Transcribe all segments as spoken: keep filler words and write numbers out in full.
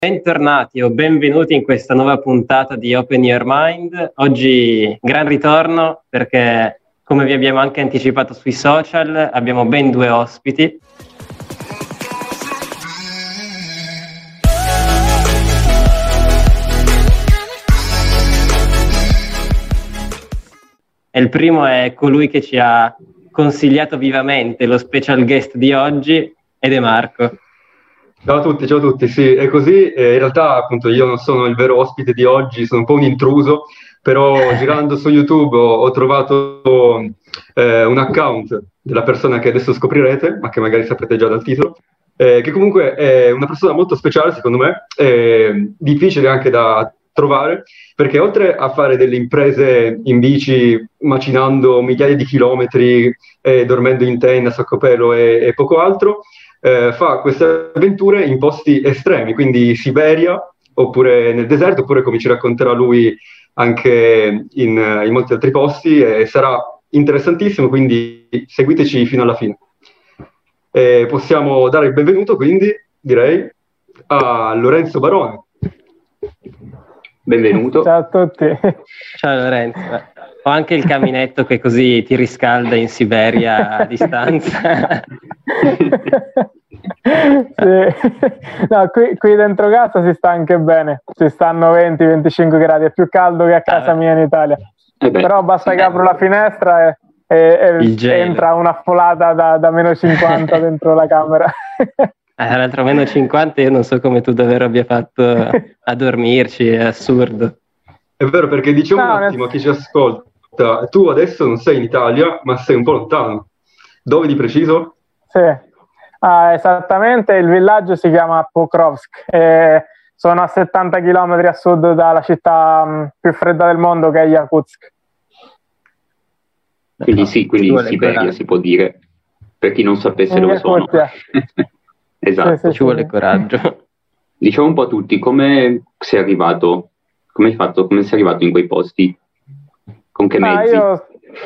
Bentornati o benvenuti in questa nuova puntata di Open Your Mind. Oggi gran ritorno perché, come vi abbiamo anche anticipato sui social, abbiamo ben due ospiti. E il primo è colui che ci ha consigliato vivamente lo special guest di oggi ed è Marco. Ciao a tutti, ciao a tutti, sì, è così, eh, in realtà appunto io non sono il vero ospite di oggi, sono un po' un intruso, però girando su YouTube ho, ho trovato eh, un account della persona che adesso scoprirete, ma che magari saprete già dal titolo, eh, che comunque è una persona molto speciale secondo me, eh, difficile anche da trovare, perché oltre a fare delle imprese in bici, macinando migliaia di chilometri, eh, dormendo in tenda, sacco pelo e, e poco altro, Eh, fa queste avventure in posti estremi, quindi Siberia, oppure nel deserto, oppure come ci racconterà lui anche in, in molti altri posti, e sarà interessantissimo, quindi seguiteci fino alla fine. E possiamo dare il benvenuto, quindi, direi, a Lorenzo Barone. Benvenuto. Ciao a tutti. Ciao Lorenzo. Ho anche il caminetto che così ti riscalda in Siberia a distanza. Sì. No, qui, qui dentro casa si sta anche bene, ci stanno venti venticinque gradi, è più caldo che a casa mia in Italia. Eh beh, Però basta che apro la finestra e, e, e entra una folata da, da meno cinquanta dentro la camera. Tra l'altro meno cinquanta io non so come tu davvero abbia fatto a dormirci, è assurdo. È vero, perché diciamo No, un attimo a chi ci ascolta, tu adesso non sei in Italia, ma sei un po' lontano. Dove di preciso? Sì, ah, esattamente, il villaggio si chiama Pokrovsk, e sono a settanta chilometri a sud dalla città mh, più fredda del mondo, che è Yakutsk. Quindi sì, quindi in Siberia si può dire, per chi non sapesse dove sono. Esatto. Sì, sì, Ci vuole coraggio. Diciamo un po' a tutti, come sei arrivato, come hai fatto, come sei arrivato in quei posti? Con che Ah, mezzi? io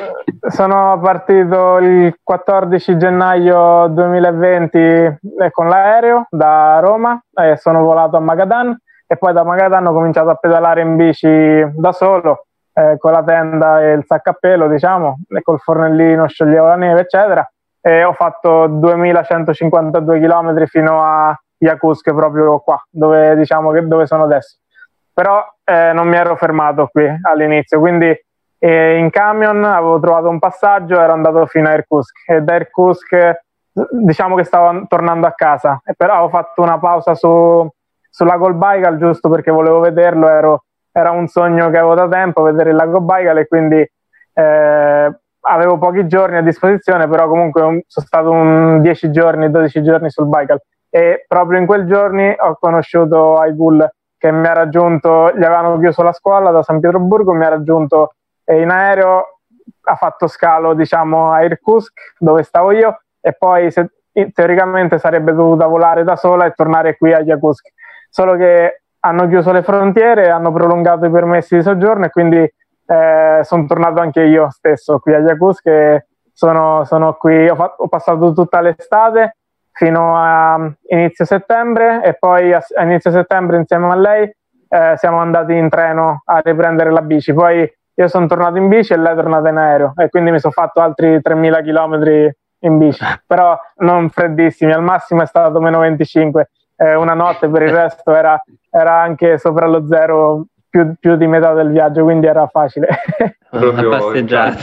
sono partito il quattordici gennaio duemilaventi eh, con l'aereo da Roma e sono volato a Magadan, e poi da Magadan ho cominciato a pedalare in bici da solo, eh, con la tenda e il sacco a pelo, diciamo, e col fornellino scioglievo la neve, eccetera, e ho fatto duemilacentocinquantadue chilometri fino a Yakutsk, proprio qua, dove, diciamo, che dove sono adesso. Però eh, non mi ero fermato qui all'inizio, quindi e in camion avevo trovato un passaggio, ero andato fino a Irkutsk, e da Irkutsk diciamo che stavo tornando a casa, e però ho fatto una pausa su, sul lago Baikal, giusto perché volevo vederlo, ero, era un sogno che avevo da tempo, vedere il lago Baikal, e quindi eh, avevo pochi giorni a disposizione, però comunque un, sono stato un dieci giorni, dodici giorni sul Baikal, e proprio in quei giorni ho conosciuto Aigul, che mi ha raggiunto, gli avevano chiuso la scuola da San Pietroburgo, mi ha raggiunto e in aereo, ha fatto scalo, diciamo, a Irkutsk, dove stavo io, e poi se, teoricamente sarebbe dovuta volare da sola e tornare qui a Yakutsk. Solo che hanno chiuso le frontiere, hanno prolungato i permessi di soggiorno, e quindi eh, sono tornato anche io stesso qui a Yakutsk, e sono, sono qui, ho, fatto, ho passato tutta l'estate fino a inizio settembre, e poi a, a inizio settembre insieme a lei eh, siamo andati in treno a riprendere la bici. Poi io sono tornato in bici e lei è tornata in aereo, e quindi mi sono fatto altri tremila chilometri in bici, però non freddissimi, al massimo è stato meno venticinque, eh, una notte, per il resto era, era anche sopra lo zero più, più di metà del viaggio, quindi era facile. Una passeggiata.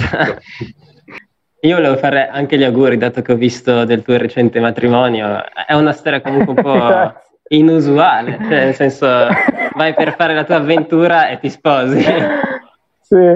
Io volevo fare anche gli auguri, dato che ho visto del tuo recente matrimonio. È una storia comunque un po' inusuale, cioè nel senso vai per fare la tua avventura e ti sposi. Sì,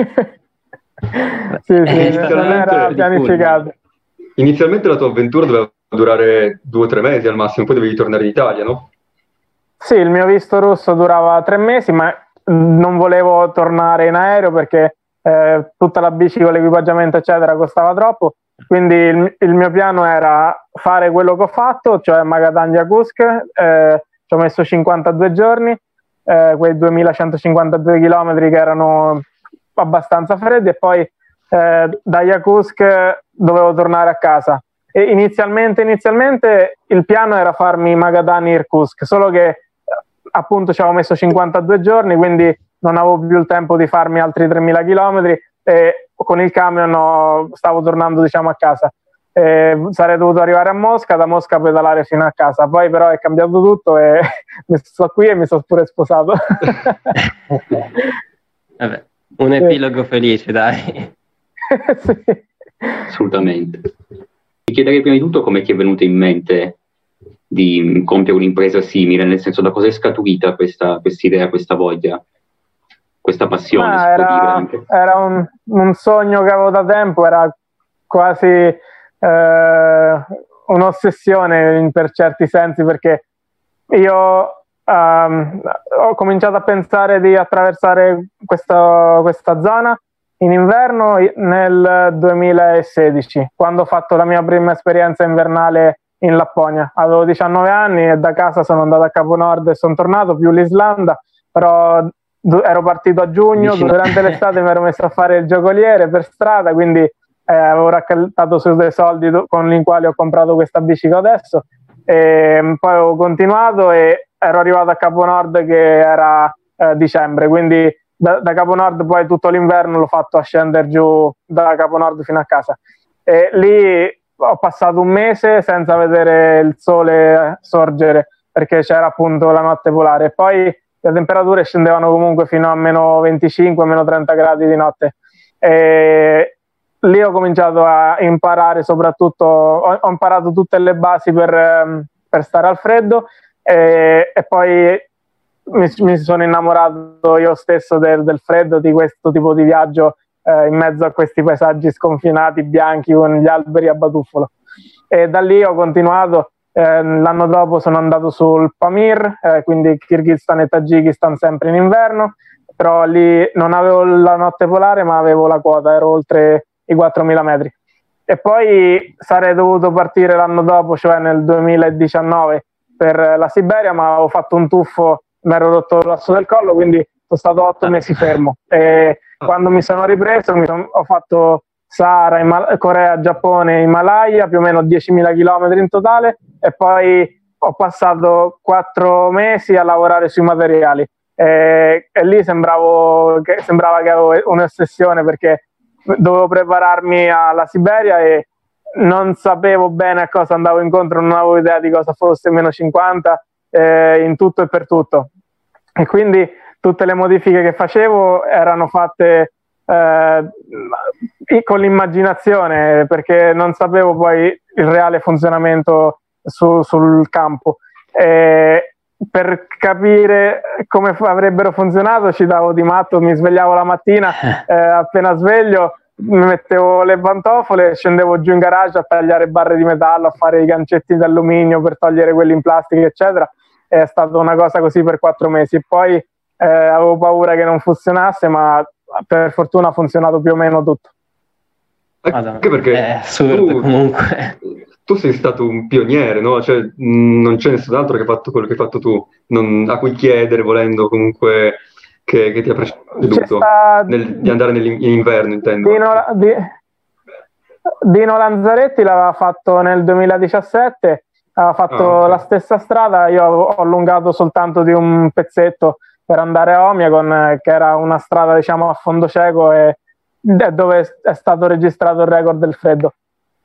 sì, sì, non era pianificato. Inizialmente la tua avventura doveva durare due o tre mesi al massimo, poi dovevi tornare in Italia, no? Sì, il mio visto russo durava tre mesi, ma non volevo tornare in aereo perché eh, tutta la bici con l'equipaggiamento eccetera costava troppo, quindi il, il mio piano era fare quello che ho fatto, cioè Magadan Yakutsk, eh, ci ho messo cinquantadue giorni, Eh, quei duemilacentocinquantadue chilometri che erano abbastanza freddi, e poi eh, da Yakutsk dovevo tornare a casa. E inizialmente, inizialmente il piano era farmi Magadan Irkutsk, solo che appunto ci avevo messo cinquantadue giorni, quindi non avevo più il tempo di farmi altri tremila chilometri e con il camion ho, stavo tornando diciamo a casa. E sarei dovuto arrivare a Mosca, da Mosca pedalare fino a casa, poi però è cambiato tutto e mi sto qui e mi sono pure sposato. Vabbè, un epilogo sì. Felice, dai. Sì. Assolutamente. Ti chiederei prima di tutto come ti è venuto in mente di compiere un'impresa simile, nel senso da cosa è scaturita questa idea, questa voglia, questa passione? Ma era era un, un sogno che avevo da tempo, era quasi eh, un'ossessione per certi sensi, perché io um, ho cominciato a pensare di attraversare questa, questa zona in inverno nel duemilasedici, quando ho fatto la mia prima esperienza invernale in Lapponia. Avevo diciannove anni e da casa sono andato a Capo Nord e sono tornato, più l'Islanda, però ero partito a giugno, vicino. Durante l'estate mi ero messo a fare il giocoliere per strada, quindi eh, avevo raccattato su dei soldi do- con i quali ho comprato questa bici che ho adesso, e poi ho continuato e ero arrivato a Capo Nord che era eh, dicembre, quindi da, da Capo Nord poi tutto l'inverno l'ho fatto a scendere giù da Capo Nord fino a casa, e lì ho passato un mese senza vedere il sole sorgere perché c'era appunto la notte polare, e poi le temperature scendevano comunque fino a meno venticinque, meno trenta gradi di notte, e lì ho cominciato a imparare, soprattutto ho, ho imparato tutte le basi per, per stare al freddo, e, e poi mi, mi sono innamorato io stesso del, del freddo, di questo tipo di viaggio eh, in mezzo a questi paesaggi sconfinati bianchi con gli alberi a batuffolo, e da lì ho continuato. Eh, l'anno dopo sono andato sul Pamir, eh, quindi Kirghizistan e Tagikistan sempre in inverno, però lì non avevo la notte polare ma avevo la quota, ero oltre i quattromila metri, e poi sarei dovuto partire l'anno dopo, cioè nel duemiladiciannove, per la Siberia, ma ho fatto un tuffo, mi ero rotto l'asso del collo, quindi sono stato otto mesi fermo, e quando mi sono ripreso mi son, ho fatto Sahara, Himal- Corea, Giappone, Himalaya, più o meno diecimila chilometri in totale, e poi ho passato quattro mesi a lavorare sui materiali, e, e lì sembravo che, sembrava che avevo un'ossessione, perché dovevo prepararmi alla Siberia e non sapevo bene a cosa andavo incontro, non avevo idea di cosa fosse meno cinquanta eh, in tutto e per tutto, e quindi tutte le modifiche che facevo erano fatte Eh, con l'immaginazione, perché non sapevo poi il reale funzionamento su, sul campo, e per capire come f- avrebbero funzionato ci davo di matto, mi svegliavo la mattina, eh, appena sveglio mi mettevo le pantofole, scendevo giù in garage a tagliare barre di metallo, a fare i gancetti d'alluminio per togliere quelli in plastica eccetera. È stata una cosa così per quattro mesi, poi eh, avevo paura che non funzionasse, ma per fortuna ha funzionato più o meno tutto. Anche perché è assurdo, tu, comunque. Tu sei stato un pioniere, no? Cioè, mh, non c'è nessun altro che ha fatto quello che hai fatto tu, non, a cui chiedere, volendo, comunque, che, che ti ha preceduto sta... nel, di andare in inverno, intendo. Dino, di, Dino Lanzaretti l'aveva fatto nel duemiladiciassette, aveva fatto ah, okay. la stessa strada, io ho allungato soltanto di un pezzetto per andare a Omiagon, che era una strada diciamo a fondo cieco e dove è stato registrato il record del freddo.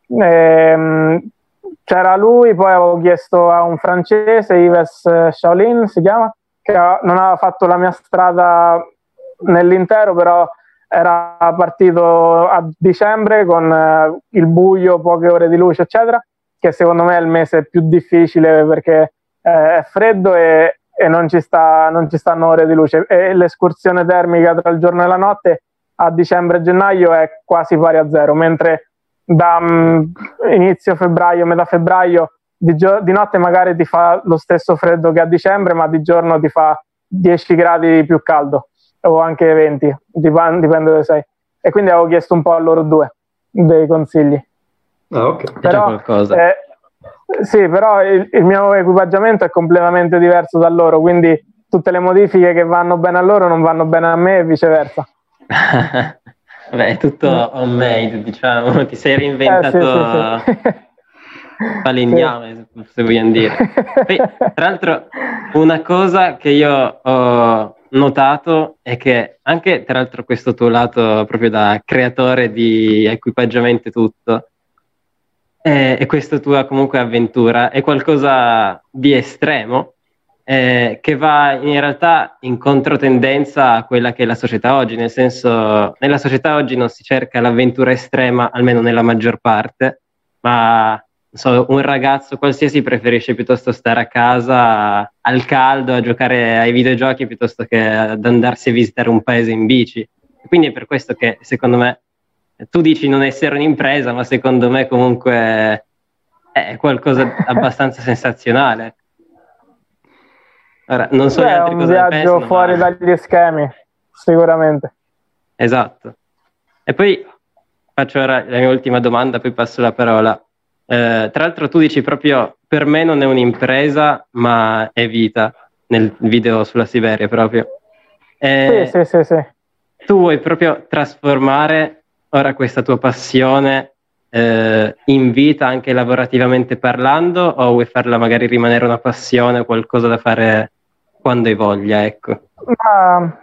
E, c'era lui, poi avevo chiesto a un francese, Yves Shaolin si chiama, che non aveva fatto la mia strada nell'intero, però era partito a dicembre con il buio, poche ore di luce eccetera, che secondo me è il mese più difficile perché è freddo e e non ci, sta, non ci stanno ore di luce, e l'escursione termica tra il giorno e la notte a dicembre e gennaio è quasi pari a zero, mentre da um, inizio febbraio, metà febbraio, di, gio- di notte magari ti fa lo stesso freddo che a dicembre, ma di giorno ti fa dieci gradi più caldo, o anche venti, dipende, dipende dove sei. E quindi avevo chiesto un po' a loro due dei consigli. Ah, ok. Però, qualcosa. Eh, Sì, però il, il mio equipaggiamento è completamente diverso da loro, quindi tutte le modifiche che vanno bene a loro non vanno bene a me e viceversa. Beh, è tutto homemade, diciamo, ti sei reinventato. Eh, sì, sì, sì. falegname, sì. Se vogliamo dire. Poi, tra l'altro, una cosa che io ho notato è che anche, tra l'altro, questo tuo lato proprio da creatore di equipaggiamento e tutto, e, e questa tua comunque avventura è qualcosa di estremo, eh, che va in realtà in controtendenza a quella che è la società oggi, nel senso, nella società oggi non si cerca l'avventura estrema, almeno nella maggior parte, ma non so, un ragazzo qualsiasi preferisce piuttosto stare a casa al caldo a giocare ai videogiochi piuttosto che ad andarsi a visitare un paese in bici. Quindi è per questo che secondo me, tu dici non essere un'impresa, ma secondo me comunque è qualcosa di abbastanza sensazionale. Ora, non so Beh, gli altri cosa ne pensano. È un viaggio fuori ma... dagli schemi, sicuramente. Esatto. E poi faccio ora la mia ultima domanda, poi passo la parola. Eh, tra l'altro tu dici proprio, per me non è un'impresa, ma è vita, nel video sulla Siberia proprio. Eh, sì, sì, sì, sì. Tu vuoi proprio trasformare ora questa tua passione eh, in vita anche lavorativamente parlando, o vuoi farla magari rimanere una passione o qualcosa da fare quando hai voglia, ecco? Ma,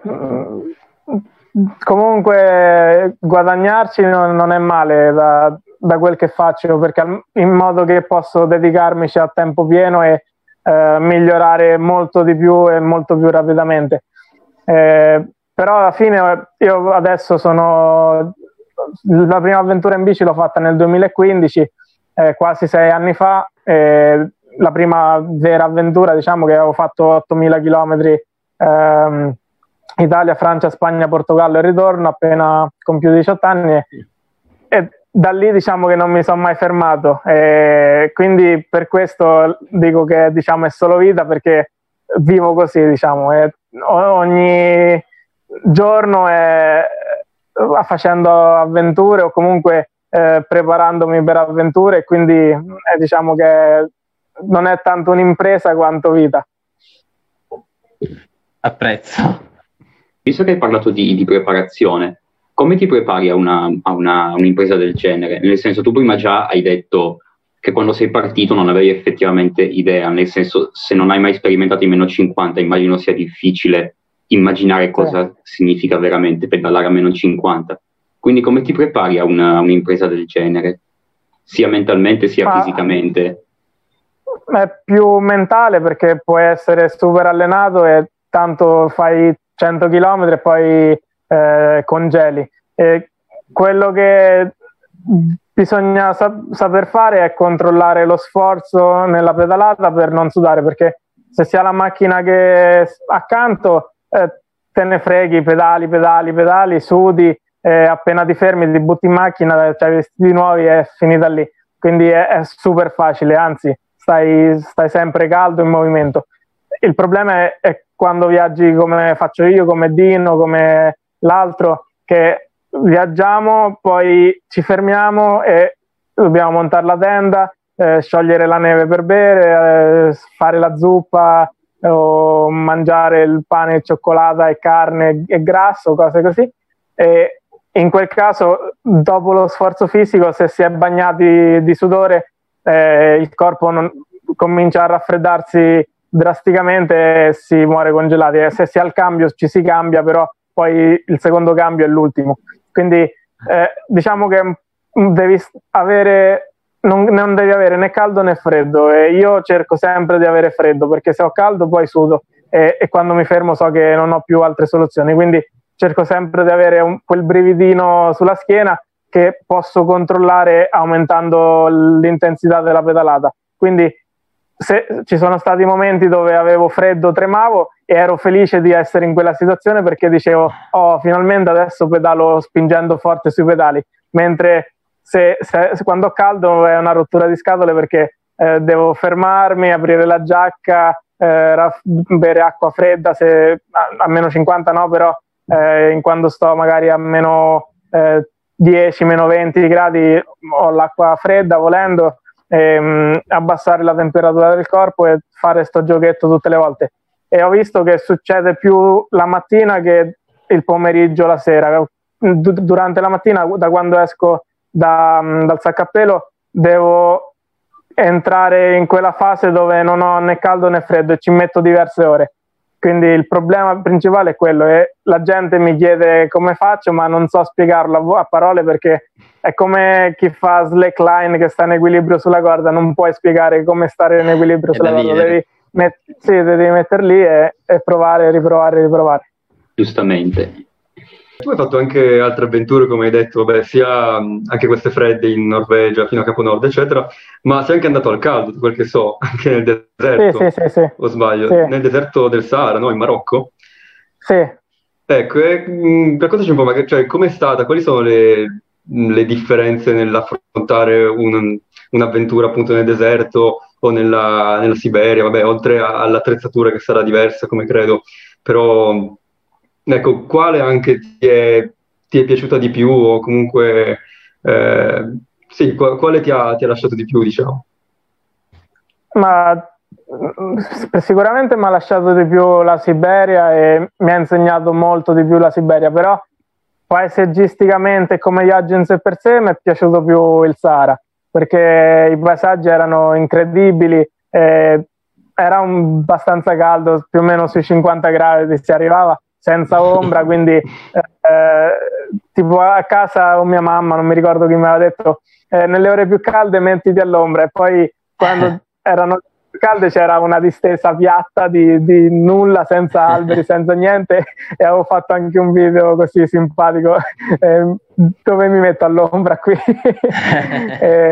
comunque guadagnarci non, non è male da, da quel che faccio, perché in modo che posso dedicarmici a tempo pieno e eh, migliorare molto di più e molto più rapidamente. Eh, però alla fine io adesso sono... La prima avventura in bici l'ho fatta nel duemilaquindici, eh, quasi sei anni fa. Eh, la prima vera avventura, diciamo, che avevo fatto ottomila chilometri, ehm, Italia, Francia, Spagna, Portogallo e ritorno, appena compiuto diciotto anni, e da lì diciamo che non mi sono mai fermato, e quindi per questo dico che diciamo è solo vita, perché vivo così, diciamo, e ogni giorno è facendo avventure o comunque eh, preparandomi per avventure, quindi eh, diciamo che non è tanto un'impresa quanto vita. Apprezzo. Visto che hai parlato di, di preparazione, come ti prepari a, una, a una, un'impresa del genere? Nel senso, tu prima già hai detto che quando sei partito non avevi effettivamente idea, nel senso, se non hai mai sperimentato i meno cinquanta, immagino sia difficile immaginare cosa sì. significa veramente pedalare a meno cinquanta. Quindi come ti prepari a, una, a un'impresa del genere? Sia mentalmente sia Ma fisicamente? È più mentale, perché puoi essere super allenato e tanto fai cento chilometri e poi eh, congeli. E quello che bisogna sap- saper fare è controllare lo sforzo nella pedalata per non sudare, perché se si ha la macchina che accanto eh, te ne freghi, pedali, pedali, pedali, sudi, eh, appena ti fermi ti butti in macchina, c'hai i vestiti nuovi e è finita lì. Quindi è, è super facile, anzi stai, stai sempre caldo in movimento. Il problema è, è quando viaggi come faccio io, come Dino, come l'altro, che viaggiamo, poi ci fermiamo e dobbiamo montare la tenda, eh, sciogliere la neve per bere, eh, fare la zuppa o mangiare il pane e cioccolata e carne e grasso, cose così. E in quel caso, dopo lo sforzo fisico, se si è bagnati di sudore, eh, il corpo non, comincia a raffreddarsi drasticamente e si muore congelati. E se si ha il cambio ci si cambia, però poi il secondo cambio è l'ultimo. Quindi eh, diciamo che devi avere, non, non devi avere né caldo né freddo, e io cerco sempre di avere freddo, perché se ho caldo poi sudo e, e quando mi fermo so che non ho più altre soluzioni, quindi cerco sempre di avere un, quel brividino sulla schiena che posso controllare aumentando l'intensità della pedalata. Quindi se ci sono stati momenti dove avevo freddo, tremavo e ero felice di essere in quella situazione, perché dicevo, oh, finalmente adesso pedalo spingendo forte sui pedali, mentre se, se, se quando ho caldo è una rottura di scatole, perché eh, devo fermarmi, aprire la giacca, eh, raff- bere acqua fredda, se a, a meno cinquanta no, però eh, in quando sto magari a meno eh, dieci, meno venti gradi ho l'acqua fredda volendo, ehm, abbassare la temperatura del corpo e fare sto giochetto tutte le volte. E ho visto che succede più la mattina che il pomeriggio, la sera. D- durante la mattina, da quando esco da, dal sacco a pelo, devo entrare in quella fase dove non ho né caldo né freddo e ci metto diverse ore. Quindi il problema principale è quello, e la gente mi chiede come faccio, ma non so spiegarlo a, vo- a parole, perché è come chi fa slackline che sta in equilibrio sulla corda, non puoi spiegare come stare in equilibrio È sulla da corda, vivere. devi, met- sì, devi mettere lì e, e provare, riprovare, riprovare. Giustamente. Tu hai fatto anche altre avventure, come hai detto, vabbè, sia mh, anche queste fredde in Norvegia fino a Capo Nord, eccetera, ma sei anche andato al caldo, da quel che so, anche nel deserto, Sì, sì, sì, sì. o sbaglio, Sì. nel deserto del Sahara, no? In Marocco? Sì. Ecco, e, mh, raccontaci un po', magari, cioè, com'è stata, quali sono le, le differenze nell'affrontare un- un'avventura appunto nel deserto o nella, nella Siberia, vabbè, oltre a- all'attrezzatura che sarà diversa, come credo, però ecco, quale anche ti è, ti è piaciuta di più o comunque, eh, sì, qua- quale ti ha, ti ha lasciato di più, diciamo? Ma mm, sicuramente mi ha lasciato di più la Siberia e mi ha insegnato molto di più la Siberia, però paesaggisticamente come viaggio in sé per sé mi è piaciuto più il Sahara, perché i paesaggi erano incredibili, eh, era un, abbastanza caldo, più o meno sui cinquanta gradi si arrivava, senza ombra, quindi eh, tipo a casa o mia mamma, non mi ricordo chi mi aveva detto, eh, nelle ore più calde mettiti all'ombra, e poi quando erano calde c'era una distesa piatta di, di nulla, senza alberi, senza niente, e avevo fatto anche un video così simpatico, eh, dove mi metto all'ombra qui. eh,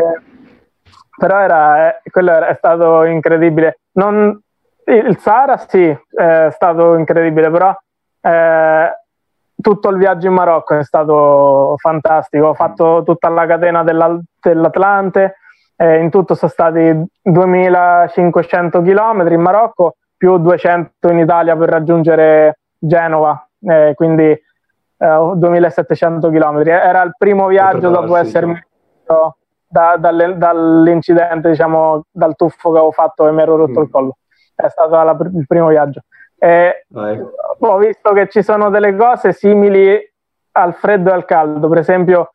però era, eh, quello era, è stato incredibile. Non, il Sahara sì, è stato incredibile, però eh, tutto il viaggio in Marocco è stato fantastico. Ho fatto tutta la catena della, dell'Atlante, eh, in tutto sono stati duemilacinquecento chilometri in Marocco, più duecento in Italia per raggiungere Genova, eh, quindi eh, duemilasettecento chilometri. Era il primo viaggio dopo essermi diciamo. da, dalle, dall'incidente, diciamo, dal tuffo che avevo fatto e mi ero rotto mm. il collo. È stato la, il primo viaggio. E ho visto che ci sono delle cose simili al freddo e al caldo, per esempio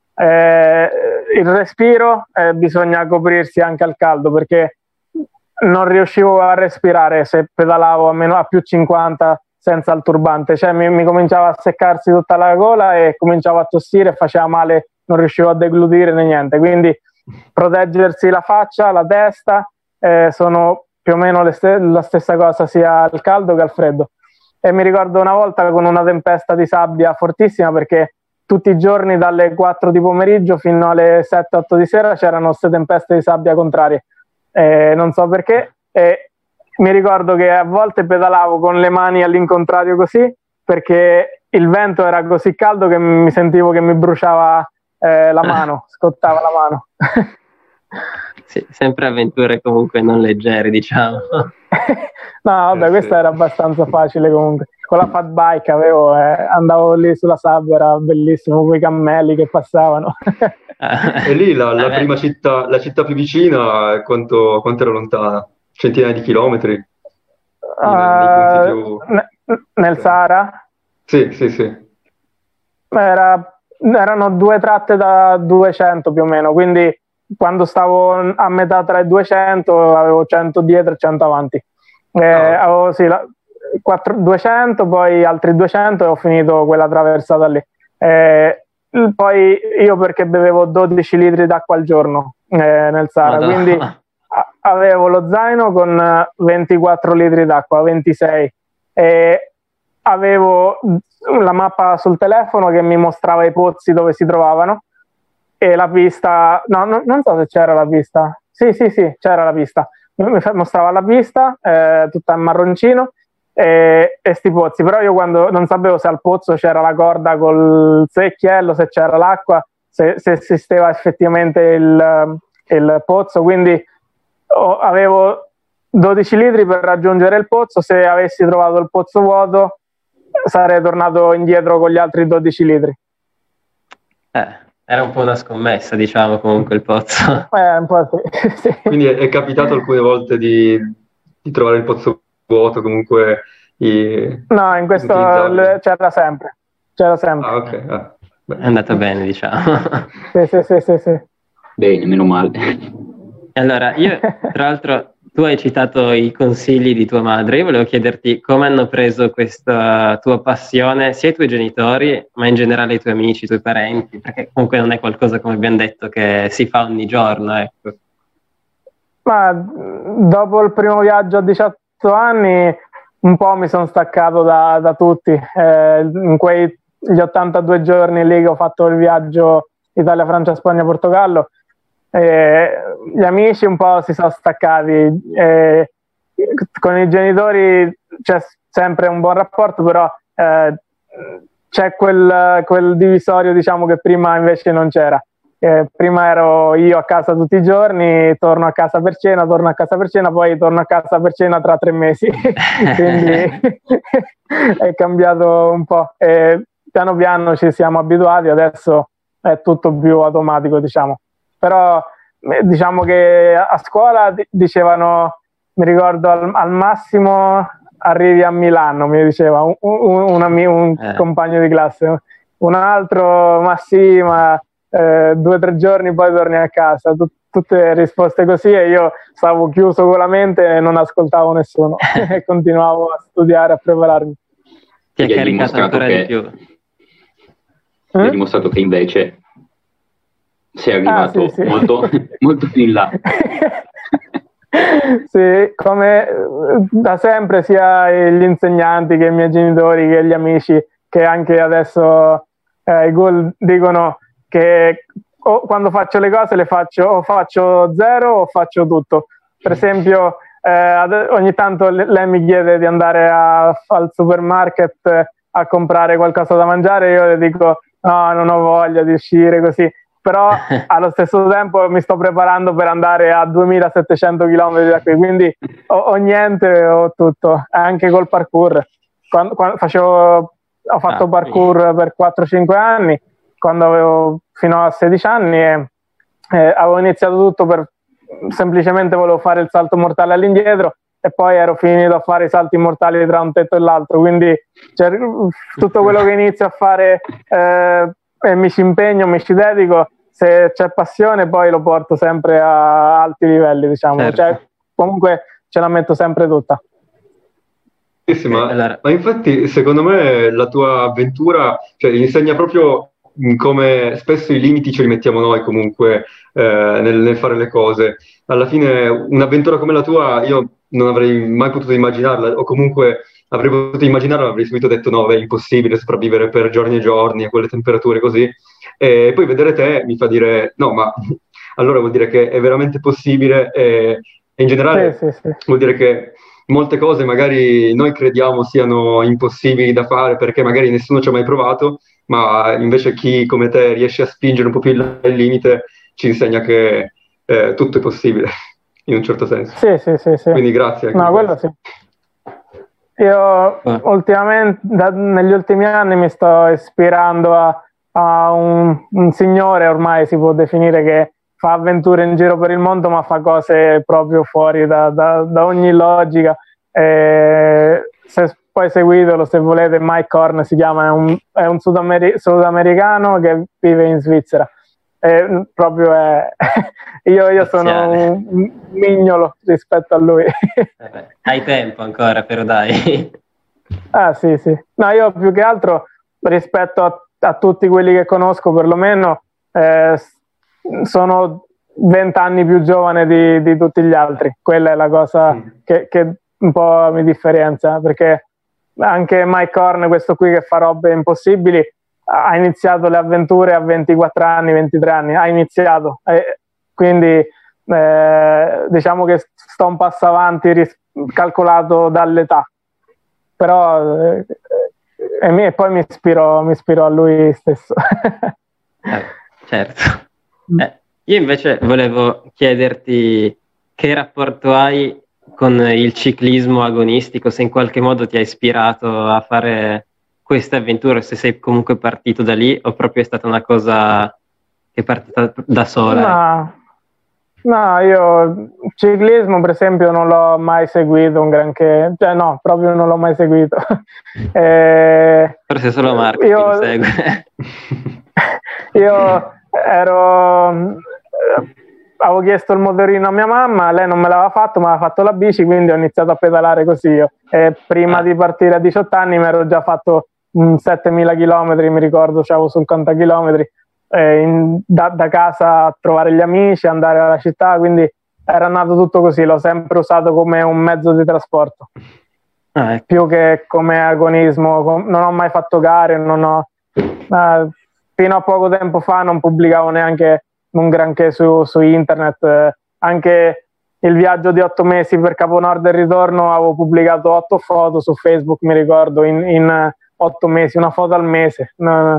eh, il respiro, eh, bisogna coprirsi anche al caldo, perché non riuscivo a respirare se pedalavo a, meno, a più cinquanta senza il turbante, cioè mi, mi cominciava a seccarsi tutta la gola e cominciavo a tossire e faceva male, non riuscivo a deglutire né niente, quindi proteggersi la faccia, la testa, eh, sono più o meno le st- la stessa cosa sia al caldo che al freddo. E mi ricordo una volta con una tempesta di sabbia fortissima, perché tutti i giorni dalle quattro di pomeriggio fino alle sette otto di sera c'erano queste tempeste di sabbia contrarie, eh, non so perché, e mi ricordo che a volte pedalavo con le mani all'incontrario così, perché il vento era così caldo che mi sentivo che mi bruciava eh, la mano, scottava la mano. Sì, sempre avventure comunque non leggere, diciamo. No, vabbè, eh, questa sì. era abbastanza facile comunque. Con la fat bike avevo, eh, andavo lì sulla sabbia, era bellissimo, quei cammelli che passavano. E lì la, la prima città, la città più vicina, quanto, quanto era lontana? Centinaia di chilometri? Uh, nei più... n- nel Sahara? Sì, sì, sì. Era, erano due tratte da duecento più o meno, quindi quando stavo a metà tra i duecento avevo cento dietro e cento avanti. Eh, ah. Avevo sì, la, quattro, duecento, poi altri duecento e ho finito quella traversata lì. Eh, poi io perché bevevo dodici litri d'acqua al giorno eh, nel Sahara, Madonna. Quindi a, avevo lo zaino con ventiquattro litri d'acqua, ventisei, e avevo la mappa sul telefono che mi mostrava i pozzi dove si trovavano, e la pista, no, no, non so se c'era la pista, sì sì sì, c'era la pista, mi mostrava la pista eh, tutta in marroncino e, e sti pozzi, però io quando non sapevo se al pozzo c'era la corda col secchiello, se c'era l'acqua, se, se esisteva effettivamente il, il pozzo, quindi oh, avevo dodici litri per raggiungere il pozzo. Se avessi trovato il pozzo vuoto sarei tornato indietro con gli altri dodici litri. Eh. Era un po' una scommessa, diciamo, comunque il pozzo. Eh, un po' sì. Sì. Quindi è, è capitato alcune volte di, di trovare il pozzo vuoto, comunque... I, no, in questo l- c'era sempre. C'era sempre. Ah, ok. Ah, è andata bene, diciamo. Sì, sì, sì, sì, sì. Bene, meno male. Allora, io tra l'altro, tu hai citato i consigli di tua madre, io volevo chiederti come hanno preso questa tua passione, sia i tuoi genitori, ma in generale i tuoi amici, i tuoi parenti, perché comunque non è qualcosa, come abbiamo detto, che si fa ogni giorno, ecco. Ma dopo il primo viaggio a diciotto anni un po' mi sono staccato da, da tutti, eh, in quei gli ottantadue giorni lì che ho fatto il viaggio Italia, Francia, Spagna, Portogallo, eh, gli amici un po' si sono staccati, eh, con i genitori c'è sempre un buon rapporto, però eh, c'è quel, quel divisorio, diciamo, che prima invece non c'era. Eh, prima ero io a casa tutti i giorni, torno a casa per cena, torno a casa per cena, poi torno a casa per cena tra tre mesi. Quindi è cambiato un po'. E piano piano ci siamo abituati, adesso è tutto più automatico, diciamo. Però diciamo che a scuola dicevano, mi ricordo al, al massimo arrivi a Milano, mi diceva un, un, un, un eh. compagno di classe, un altro ma sì, ma eh, due o tre giorni poi torni a casa, Tut- tutte risposte così, e io stavo chiuso con la mente e non ascoltavo nessuno e continuavo a studiare, a prepararmi. Ti ha caricato ancora che... di più. Ti ha dimostrato che invece sei arrivato ah, sì, sì. molto, molto più in là. Sì, come da sempre sia gli insegnanti che i miei genitori che gli amici, che anche adesso eh, i Ghoul dicono che o, quando faccio le cose le faccio o faccio zero o faccio tutto. Per esempio eh, ogni tanto lei mi chiede di andare a, al supermarket a comprare qualcosa da mangiare, io le dico no, non ho voglia di uscire così, però allo stesso tempo mi sto preparando per andare a duemilasettecento chilometri da qui, quindi o, o niente o tutto, anche col parkour. Quando, quando facevo, ho fatto ah, parkour sì. per quattro cinque anni, quando avevo fino a sedici anni, e eh, avevo iniziato tutto per semplicemente volevo fare il salto mortale all'indietro, e poi ero finito a fare i salti mortali tra un tetto e l'altro, quindi cioè, tutto quello che inizio a fare eh, e mi ci impegno, mi ci dedico, se c'è passione poi lo porto sempre a alti livelli, diciamo. Certo. Cioè, comunque ce la metto sempre tutta. Sì, sì, ma, allora. ma infatti secondo me la tua avventura, cioè, insegna proprio come spesso i limiti ce li mettiamo noi comunque eh, nel, nel fare le cose. Alla fine un'avventura come la tua io non avrei mai potuto immaginarla, o comunque avrei potuto immaginarla, avrei subito detto no, è impossibile sopravvivere per giorni e giorni a quelle temperature così, e poi vedere te mi fa dire no, ma allora vuol dire che è veramente possibile, e, e in generale sì, sì, sì. vuol dire che molte cose magari noi crediamo siano impossibili da fare perché magari nessuno ci ha mai provato, ma invece chi come te riesce a spingere un po' più il limite ci insegna che eh, tutto è possibile, in un certo senso. Sì, sì, sì, sì. Quindi grazie. No, quello sì. Io eh. ultimamente, da, negli ultimi anni mi sto ispirando a, a un, un signore, ormai si può definire, che fa avventure in giro per il mondo, ma fa cose proprio fuori da, da, da ogni logica. E se poi seguitelo, se volete, Mike Horn si chiama, è un, è un sudameri- sudamericano che vive in Svizzera. E proprio è io, io sono un, un mignolo rispetto a lui. Vabbè, hai tempo ancora, però dai. Ah sì, sì. No, io più che altro rispetto a, a tutti quelli che conosco, perlomeno eh, sono vent'anni più giovane di, di tutti gli altri. Quella è la cosa mm. che, che un po' mi differenzia, perché anche Mike Horn, questo qui che fa robe impossibili, ha iniziato le avventure a ventiquattro anni, ventitré anni, ha iniziato, e quindi eh, diciamo che sto un passo avanti ris- calcolato dall'età, però eh, e, mi, e poi mi ispiro, mi ispiro a lui stesso. eh, certo. Eh, io invece volevo chiederti che rapporto hai con il ciclismo agonistico, se in qualche modo ti ha ispirato a fare queste avventure, se sei comunque partito da lì o proprio è stata una cosa che è partita da sola? No, no, io ciclismo per esempio non l'ho mai seguito un granché, cioè no, proprio non l'ho mai seguito. eh, Forse solo Marco io, lo segue. Io ero avevo chiesto il motorino a mia mamma, lei non me l'aveva fatto, ma aveva fatto la bici, quindi ho iniziato a pedalare così io. E prima ah. di partire a diciotto anni mi ero già fatto um, settemila chilometri, mi ricordo, c'avevo sul contachilometri, eh, in, da, da casa a trovare gli amici, andare alla città, quindi era nato tutto così, l'ho sempre usato come un mezzo di trasporto. Ah, ecco. Più che come agonismo, com- non ho mai fatto gare, non ho, eh, fino a poco tempo fa non pubblicavo neanche un granché su, su internet, eh, anche il viaggio di otto mesi per Capo Nord e ritorno avevo pubblicato otto foto su Facebook, mi ricordo, in, in otto mesi, una foto al mese. Non,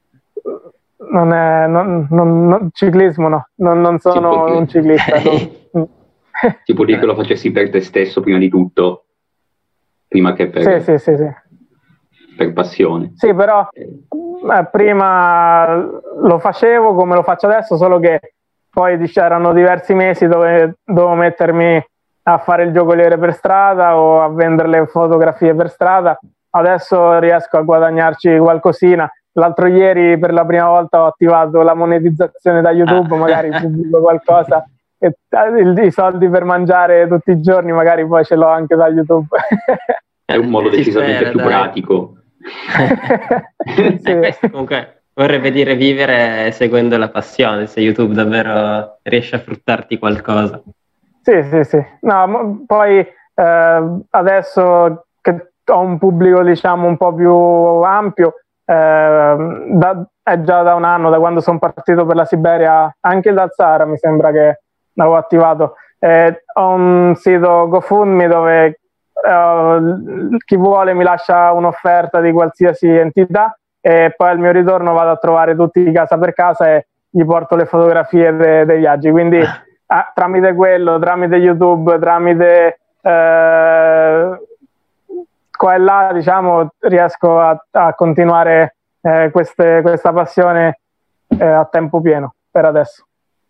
non è non, non, non, ciclismo no, non, non sono un ciclista. Non... Tipo dire che lo facessi per te stesso prima di tutto, prima che per, sì, sì, sì, sì. per passione. Sì, però eh, prima lo facevo come lo faccio adesso, solo che poi c'erano diversi mesi dove dovevo mettermi a fare il giocoliere per strada o a vendere le fotografie per strada. Adesso riesco a guadagnarci qualcosina. L'altro ieri per la prima volta ho attivato la monetizzazione da YouTube, ah. magari pubblico qualcosa e i soldi per mangiare tutti i giorni magari poi ce l'ho anche da YouTube. È un modo decisamente spera, più dai. pratico. Sì. Eh, questo comunque vorrebbe dire vivere seguendo la passione, se YouTube davvero riesce a fruttarti qualcosa. Sì, sì, sì. No, poi eh, adesso che ho un pubblico diciamo un po' più ampio, eh, da, è già da un anno, da quando sono partito per la Siberia, anche dal Sahara mi sembra che l'avevo attivato. Eh, ho un sito GoFundMe dove Uh, chi vuole mi lascia un'offerta di qualsiasi entità e poi al mio ritorno vado a trovare tutti casa per casa e gli porto le fotografie de- dei viaggi, quindi ah, tramite quello, tramite YouTube, tramite eh, qua e là diciamo riesco a, a continuare eh, queste, questa passione eh, a tempo pieno per adesso.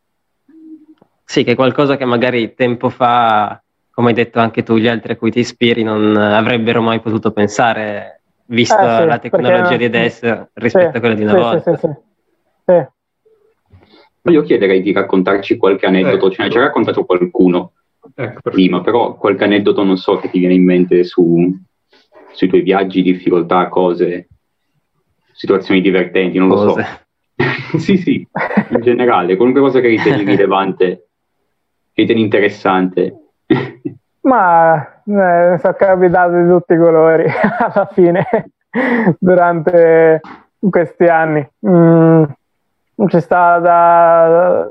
Sì, che è qualcosa che magari tempo fa, come hai detto anche tu, gli altri a cui ti ispiri non avrebbero mai potuto pensare, visto eh sì, la tecnologia perché... di adesso rispetto sì, a quella di una sì, volta. Sì, sì, sì. Sì. Io chiederei di raccontarci qualche aneddoto, ecco. Ce ne ci ha raccontato qualcuno ecco, prima, però qualche aneddoto non so che ti viene in mente su, sui tuoi viaggi, difficoltà, cose, situazioni divertenti, non cose. Lo so. Sì, sì, in generale, qualunque cosa che ritieni rilevante, che ritieni interessante. Ma eh, sono capitato di tutti i colori alla fine durante questi anni. Mm, c'è stata,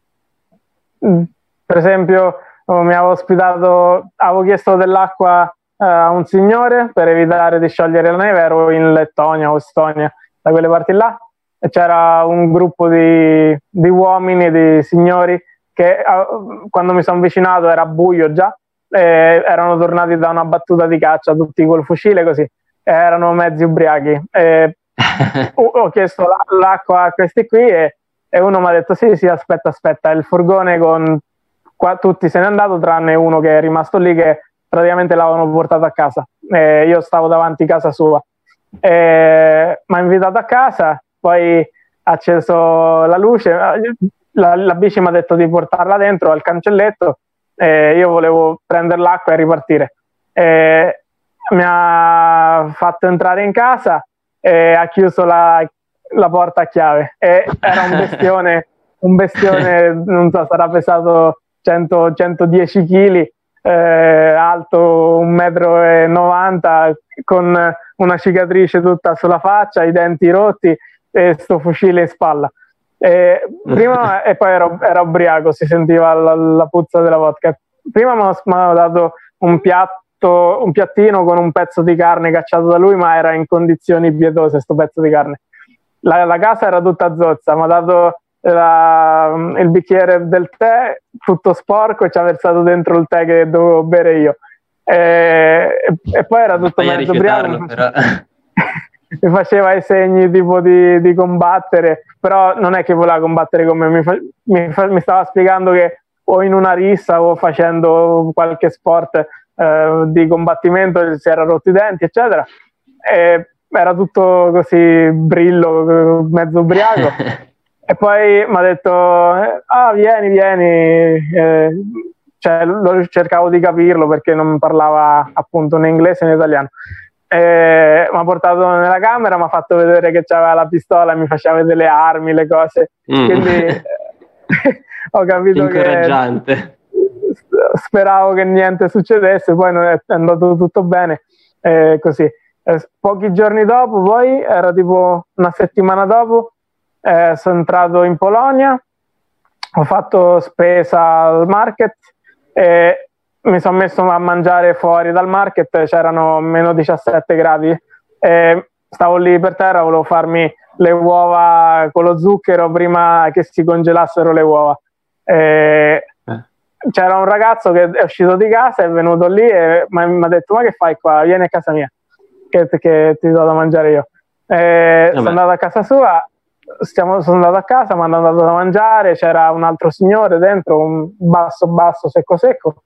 per esempio, mi avevo ospitato, avevo chiesto dell'acqua eh, a un signore per evitare di sciogliere la neve, ero in Lettonia o Estonia, da quelle parti là, e c'era un gruppo di, di uomini, di signori, che uh, quando mi sono avvicinato era buio già, eh, erano tornati da una battuta di caccia, tutti col fucile così, eh, erano mezzi ubriachi. Eh, ho chiesto la, l'acqua a questi qui e, e uno mi ha detto sì, sì, aspetta, aspetta, il furgone con qua, tutti se n'è andato, tranne uno che è rimasto lì che praticamente l'avevano portato a casa. Eh, io stavo davanti a casa sua. Eh, mi ha invitato a casa, poi ha acceso la luce, La, la bici mi ha detto di portarla dentro al cancelletto e io volevo prendere l'acqua e ripartire. E mi ha fatto entrare in casa e ha chiuso la, la porta a chiave. E era un bestione, un bestione, non so, sarà pesato cento centodieci chili, eh, alto un metro e novanta, con una cicatrice tutta sulla faccia, i denti rotti e sto fucile in spalla. E prima e poi ero, ero ubriaco, si sentiva la, la puzza della vodka. Prima mi hanno dato un piatto, un piattino con un pezzo di carne cacciato da lui, ma era in condizioni pietose sto pezzo di carne. La, la casa era tutta zozza, mi ha dato la, il bicchiere del tè tutto sporco e ci ha versato dentro il tè che dovevo bere io. E, e poi era tutto mezzo ubriaco. Però... mi faceva i segni tipo di, di combattere, però non è che voleva combattere con me, mi, fa, mi, fa, mi stava spiegando che o in una rissa o facendo qualche sport eh, di combattimento si era rotti i denti, eccetera. E era tutto così brillo, mezzo ubriaco. e poi mi ha detto, ah vieni, vieni, eh, cioè, lo, cercavo di capirlo perché non parlava appunto né inglese né italiano. Eh, mi ha portato nella camera, mi ha fatto vedere che c'aveva la pistola, mi faceva vedere le armi, le cose, mm. quindi eh, ho capito incoraggiante. Che speravo che niente succedesse, poi non è andato tutto bene, eh, così. Eh, pochi giorni dopo, poi era tipo una settimana dopo, eh, sono entrato in Polonia, ho fatto spesa al market e mi sono messo a mangiare fuori dal market, c'erano meno diciassette gradi e stavo lì per terra, volevo farmi le uova con lo zucchero prima che si congelassero le uova. E c'era un ragazzo che è uscito di casa, è venuto lì e mi ha detto: ma che fai qua? Vieni a casa mia che, che ti do da mangiare io. E sono andato a casa sua, stiamo, sono andato a casa, mi hanno dato da mangiare, c'era un altro signore dentro, un basso basso secco secco,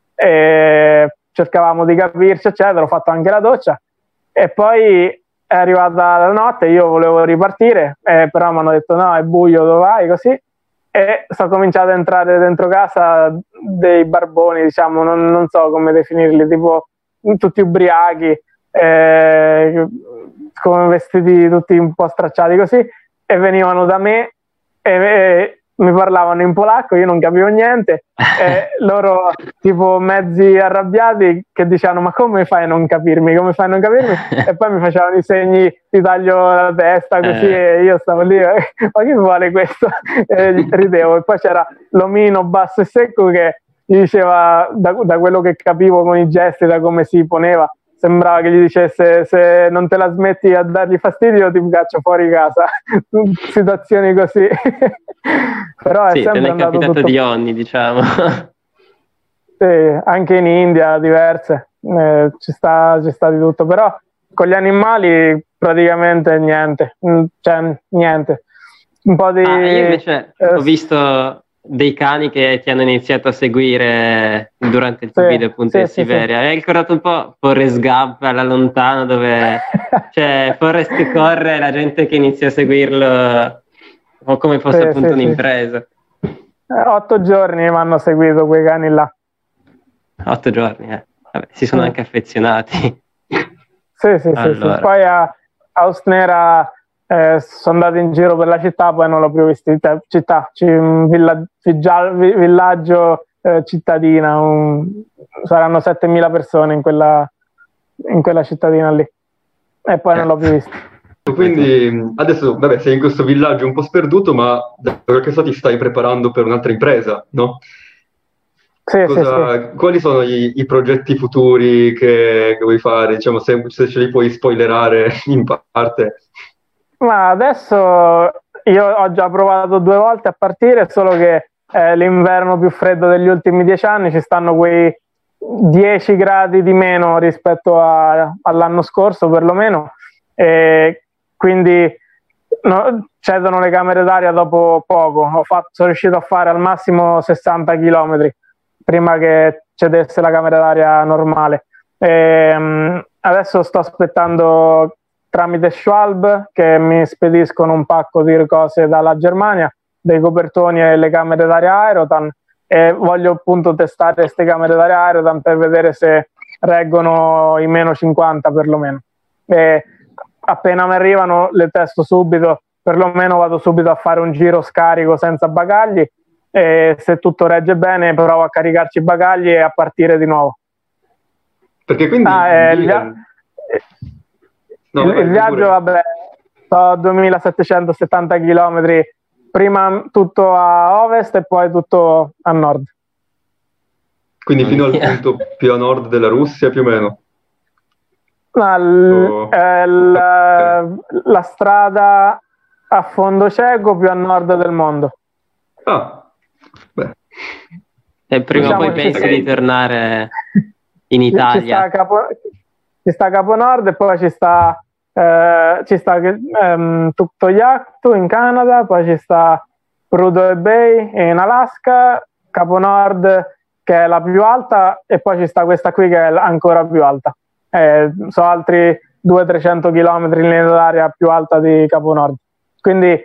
e cercavamo di capirci eccetera, ho fatto anche la doccia e poi è arrivata la notte, io volevo ripartire, eh, però mi hanno detto no, è buio, dove vai, così, e sono cominciato a entrare dentro casa dei barboni, diciamo, non, non so come definirli, tipo tutti ubriachi, eh, come vestiti tutti un po' stracciati così, e venivano da me e, e mi parlavano in polacco, io non capivo niente, e loro tipo mezzi arrabbiati che dicevano: ma come fai a non capirmi, come fai a non capirmi? E poi mi facevano i segni, ti taglio la testa così, eh. E io stavo lì, ma che vuole questo? E ridevo. E poi c'era l'omino basso e secco che gli diceva, da, da quello che capivo con i gesti, da come si poneva, sembrava che gli dicesse: se non te la smetti a dargli fastidio ti caccio fuori casa. Situazioni così. Però è sì, sempre te ne è capitato tutto... di ogni, diciamo. Sì, anche in India diverse, eh, ci sta, ci sta di tutto, però con gli animali praticamente niente, cioè niente. Un po' di... Ah, io invece eh, ho visto dei cani che ti hanno iniziato a seguire durante il tuo sì, video appunto sì, in Siberia. Sì, hai ricordato un po' Forrest Gump alla lontano, dove cioè Forrest corre e la gente che inizia a seguirlo o come fosse sì, appunto sì, un'impresa. Sì. Eh, otto giorni mi hanno seguito quei cani là. Otto giorni, eh. Vabbè, si sono mm. anche affezionati. Sì, sì, allora. sì, sì. Poi a, a Usnera eh, sono andato in giro per la città, poi non l'ho più visto. Città, un villa, villaggio eh, cittadina, un, saranno settemila persone in quella, in quella cittadina lì. E poi eh. non l'ho più visto. Quindi adesso, vabbè, sei in questo villaggio un po' sperduto, ma da quel che so ti stai preparando per un'altra impresa, no? Sì, Cosa, sì, sì. Quali sono i, i progetti futuri che, che vuoi fare? Diciamo, se, se ce li puoi spoilerare in parte. Ma adesso io ho già provato due volte a partire, solo che è l'inverno più freddo degli ultimi dieci anni, ci stanno quei dieci gradi di meno rispetto a, all'anno scorso perlomeno, e quindi no, cedono le camere d'aria dopo poco. Ho fatto, sono riuscito a fare al massimo sessanta chilometri prima che cedesse la camera d'aria normale. E, um, adesso sto aspettando tramite Schwalbe che mi spediscono un pacco di cose dalla Germania, dei copertoni e le camere d'aria Aerotan, e voglio appunto testare queste camere d'aria Aerotan per vedere se reggono i meno cinquanta perlomeno. E appena mi arrivano le testo subito, perlomeno vado subito a fare un giro scarico senza bagagli, e se tutto regge bene provo a caricarci i bagagli e a partire di nuovo. Perché quindi ah, eh, il, via... no, il, il viaggio, vabbè, sto duemilasettecentosettanta chilometri, prima tutto a ovest e poi tutto a nord. Quindi fino al punto più a nord della Russia, più o meno? No, l- oh. eh, la, la strada a fondo cieco più a nord del mondo. Ah. Beh. E prima o poi pensi sta... di tornare in Italia? Ci sta Capo, ci sta Capo Nord e poi ci sta, eh, ci sta um, Tuktoyaktu in Canada, poi ci sta Prudhoe Bay in Alaska, Capo Nord che è la più alta, e poi ci sta questa qui che è ancora più alta. Eh, sono altri duecento trecento chilometri in linea d'aria più alta di Capo Nord. Quindi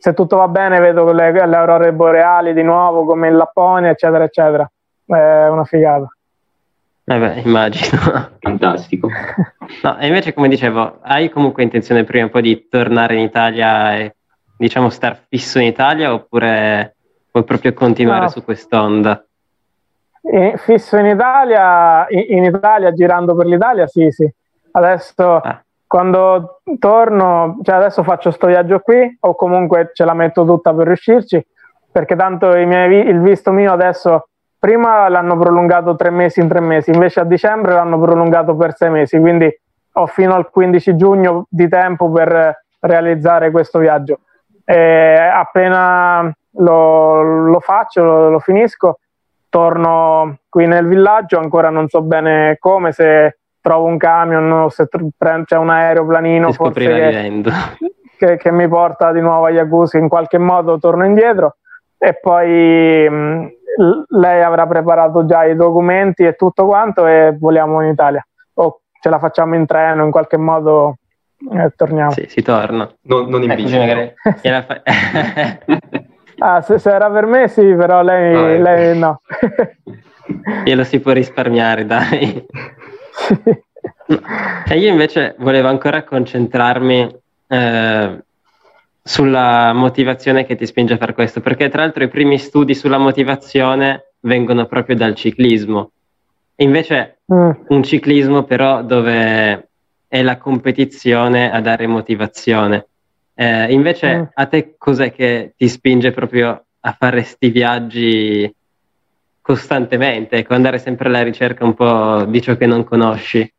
se tutto va bene vedo le, le aurore boreali di nuovo come in Lapponia, eccetera eccetera. È una figata. Eh beh, immagino. Fantastico. No, e invece, come dicevo, hai comunque intenzione prima un po' di tornare in Italia e, diciamo, star fisso in Italia, oppure vuoi proprio continuare no. su quest'onda? E fisso in Italia, in, in Italia, girando per l'Italia, sì, sì. Adesso, ah. quando torno, cioè adesso faccio sto viaggio qui, o comunque ce la metto tutta per riuscirci, perché tanto i miei, il visto mio adesso... Prima l'hanno prolungato tre mesi in tre mesi, invece a dicembre l'hanno prolungato per sei mesi, quindi ho fino al quindici giugno di tempo per realizzare questo viaggio. E appena lo, lo faccio, lo, lo finisco, torno qui nel villaggio, ancora non so bene come, se trovo un camion o se c'è cioè un aeroplanino forse che, che, che mi porta di nuovo a Jakusk, in qualche modo torno indietro e poi... Mh, lei avrà preparato già i documenti e tutto quanto e voliamo in Italia o ce la facciamo in treno in qualche modo e torniamo. Sì, si torna. Non, non in eh, bici. Magari... fa... ah, se, se era per me sì, però lei, ah, lei no. Glielo si può risparmiare, dai. Sì. E io invece volevo ancora concentrarmi eh, sulla motivazione che ti spinge a fare questo, perché tra l'altro i primi studi sulla motivazione vengono proprio dal ciclismo. Invece mm. un ciclismo però dove è la competizione a dare motivazione. Eh, invece mm. a te cos'è che ti spinge proprio a fare sti viaggi costantemente, ecco, andare sempre alla ricerca un po' di ciò che non conosci?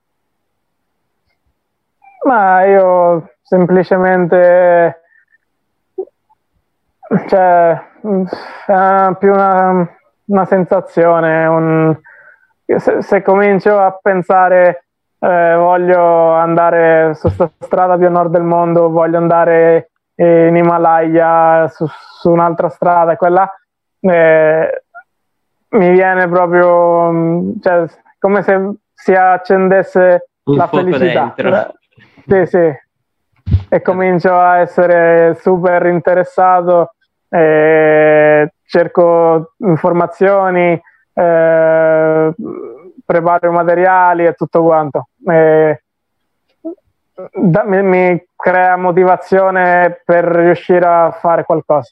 Ma io semplicemente... Cioè, è più una, una sensazione, un, se, se comincio a pensare eh, voglio andare su questa strada più a nord del mondo, voglio andare in Himalaya su, su un'altra strada, quella eh, mi viene proprio, cioè, come se si accendesse un la fuoco felicità. Dentro. Sì, sì. E comincio a essere super interessato, eh, cerco informazioni, eh, preparo i materiali e tutto quanto. Eh, da, mi, mi crea motivazione per riuscire a fare qualcosa.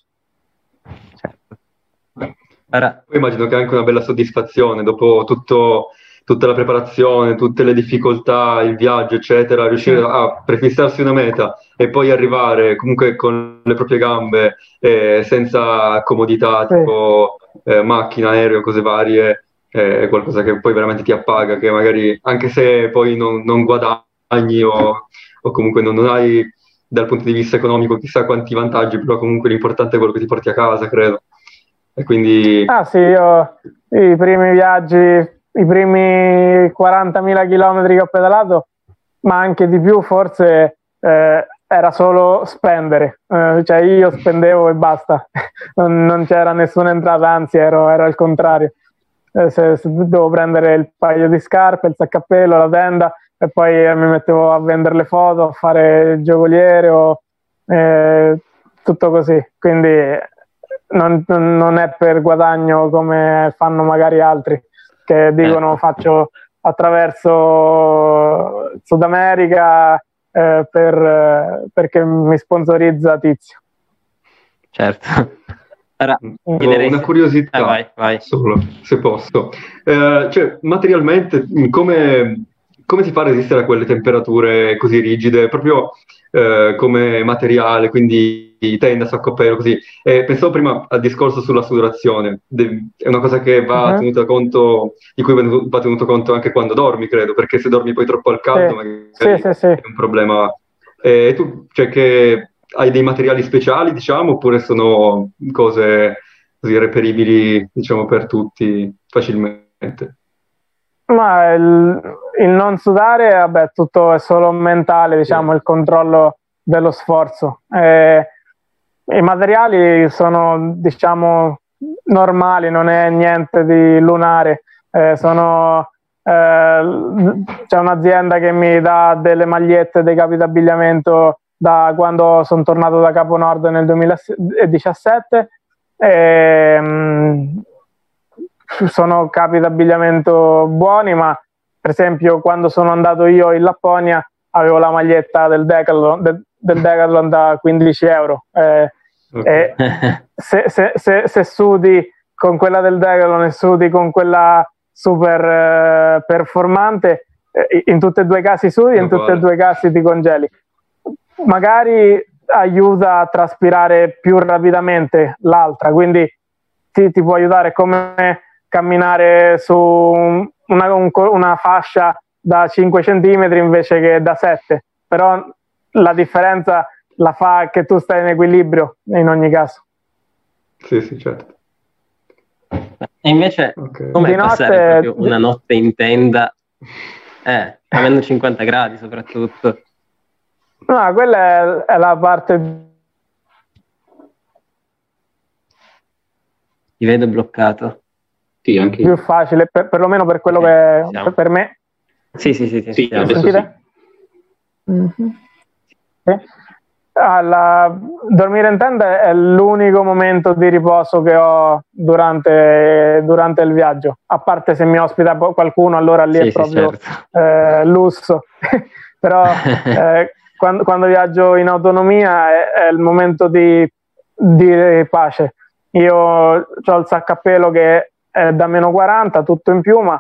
Certo. Ora... Poi immagino che è anche una bella soddisfazione dopo tutto... tutta la preparazione, tutte le difficoltà, il viaggio, eccetera, riuscire a prefissarsi una meta e poi arrivare comunque con le proprie gambe, eh, senza comodità, tipo eh, macchina, aereo, cose varie, eh, è qualcosa che poi veramente ti appaga, che magari anche se poi non, non guadagni o, o comunque non, non hai dal punto di vista economico chissà quanti vantaggi, però comunque l'importante è quello che ti porti a casa, credo. E quindi... Ah sì, io i primi viaggi... I primi quarantamila chilometri che ho pedalato, ma anche di più, forse eh, era solo spendere, eh, cioè io spendevo e basta, non, non c'era nessuna entrata, anzi ero, ero al contrario. Eh, se, se dovevo prendere il paio di scarpe, il saccappello, la tenda e poi eh, mi mettevo a vendere le foto, a fare il giocoliere o eh, tutto così. Quindi non, non è per guadagno come fanno magari altri, che dicono faccio attraverso Sud America eh, per, perché mi sponsorizza Tizio. Certo. Ora, Ho una curiosità, ah, vai, vai. solo, se posso. Eh, cioè, materialmente, come, come si fa a resistere a quelle temperature così rigide, proprio eh, come materiale, quindi tenda, sacco a pelo, così. E pensavo prima al discorso sulla sudorazione, De- è una cosa che va uh-huh. tenuta conto, di cui va tenuto conto anche quando dormi, credo, perché se dormi poi troppo al caldo sì. magari sì, sì, sì. è un problema. E tu, cioè, che hai dei materiali speciali, diciamo, oppure sono cose così reperibili, diciamo, per tutti facilmente? Ma il, il non sudare, vabbè, tutto è solo mentale, diciamo, sì. Il controllo dello sforzo. Eh, I materiali sono, diciamo, normali, non è niente di lunare. Eh, sono, eh, c'è un'azienda che mi dà delle magliette, dei capi d'abbigliamento da quando sono tornato da Capo Nord nel duemiladiciassette. E, mh, sono capi d'abbigliamento buoni, ma per esempio quando sono andato io in Lapponia avevo la maglietta del Decathlon, de, del Decathlon da quindici euro. Eh, okay. E se, se, se, se sudi con quella del Decathlon e sudi con quella super eh, performante, eh, in tutti e due i casi sudi e in tutti e due i casi ti congeli. Magari aiuta a traspirare più rapidamente l'altra, quindi ti, ti può aiutare come camminare su una, un, una fascia da cinque centimetri invece che da sette, però la differenza la fa che tu stai in equilibrio in ogni caso. Sì, sì, certo. E invece okay. Come passare notte... proprio una notte in tenda eh, a meno cinquanta gradi soprattutto? No, quella è, è la parte... Ti vedo bloccato. Sì, anche più facile, per, perlomeno per quello okay, che per, per me. Sì, sì, sì. sì, sì adesso sì. Mm-hmm. Sì. Alla, dormire in tenda è l'unico momento di riposo che ho durante, durante il viaggio, a parte se mi ospita qualcuno, allora lì sì, è proprio sì, certo. eh, lusso. Però eh, quando, quando viaggio in autonomia è, è il momento di, di pace. Io ho il sacco a pelo che è da meno quaranta, tutto in piuma,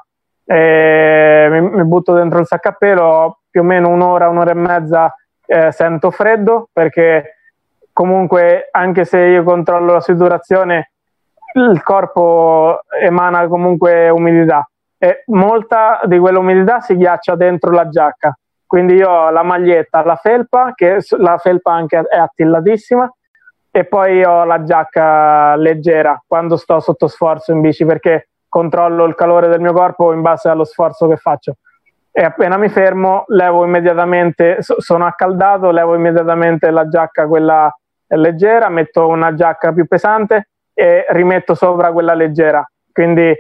e mi, mi butto dentro il sacco a pelo, più o meno un'ora, un'ora e mezza eh, sento freddo, perché comunque anche se io controllo la sudorazione, il corpo emana comunque umidità e molta di quell'umidità si ghiaccia dentro la giacca. Quindi io ho la maglietta, la felpa, che la felpa anche è attillatissima, e poi ho la giacca leggera quando sto sotto sforzo in bici, perché controllo il calore del mio corpo in base allo sforzo che faccio. E appena mi fermo, levo immediatamente, sono accaldato, levo immediatamente la giacca, quella leggera, metto una giacca più pesante e rimetto sopra quella leggera. Quindi,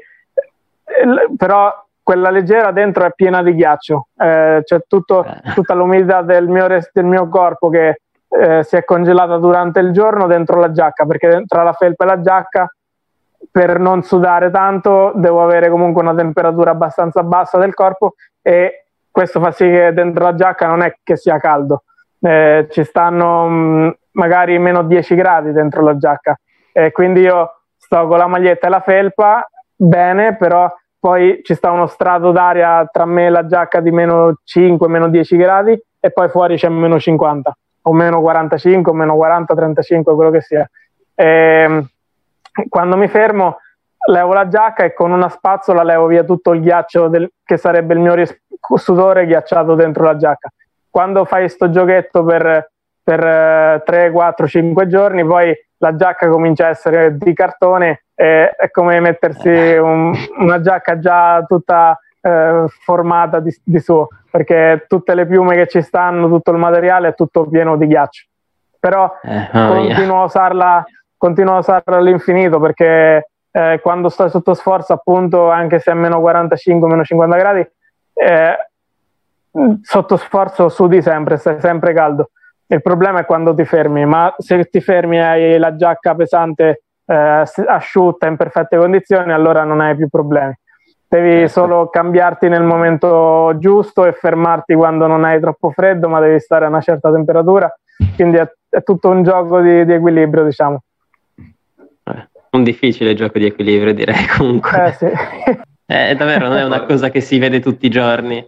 però quella leggera dentro è piena di ghiaccio, eh, c'è tutto, tutta l'umidità del mio, del mio corpo che eh, si è congelata durante il giorno dentro la giacca, perché tra la felpa e la giacca, per non sudare tanto, devo avere comunque una temperatura abbastanza bassa del corpo, e questo fa sì che dentro la giacca non è che sia caldo, eh, ci stanno mh, magari meno dieci gradi dentro la giacca, e quindi io sto con la maglietta e la felpa bene, però poi ci sta uno strato d'aria tra me e la giacca di meno cinque, meno dieci gradi, e poi fuori c'è meno cinquanta, o meno quarantacinque, o meno quaranta, trentacinque, quello che sia. E quando mi fermo levo la giacca e con una spazzola levo via tutto il ghiaccio del, che sarebbe il mio ris- sudore ghiacciato dentro la giacca. Quando fai sto giochetto per, per tre, quattro, cinque giorni, poi la giacca comincia a essere di cartone, e è come mettersi un, una giacca già tutta eh, formata di, di suo, perché tutte le piume che ci stanno, tutto il materiale è tutto pieno di ghiaccio. Però eh, oh continuo, yeah. a usarla, continuo a usarla all'infinito, perché eh, quando sto sotto sforzo, appunto, anche se è meno quarantacinque, meno cinquanta gradi, eh, sotto sforzo sudi sempre, stai sempre caldo. Il problema è quando ti fermi, ma se ti fermi e hai la giacca pesante eh, asciutta, in perfette condizioni, allora non hai più problemi. Devi certo. solo cambiarti nel momento giusto e fermarti quando non hai troppo freddo, ma devi stare a una certa temperatura, quindi è, è tutto un gioco di, di equilibrio, diciamo. Eh, un difficile gioco di equilibrio, direi, comunque. Eh, sì. eh, davvero, non è una cosa che si vede tutti i giorni.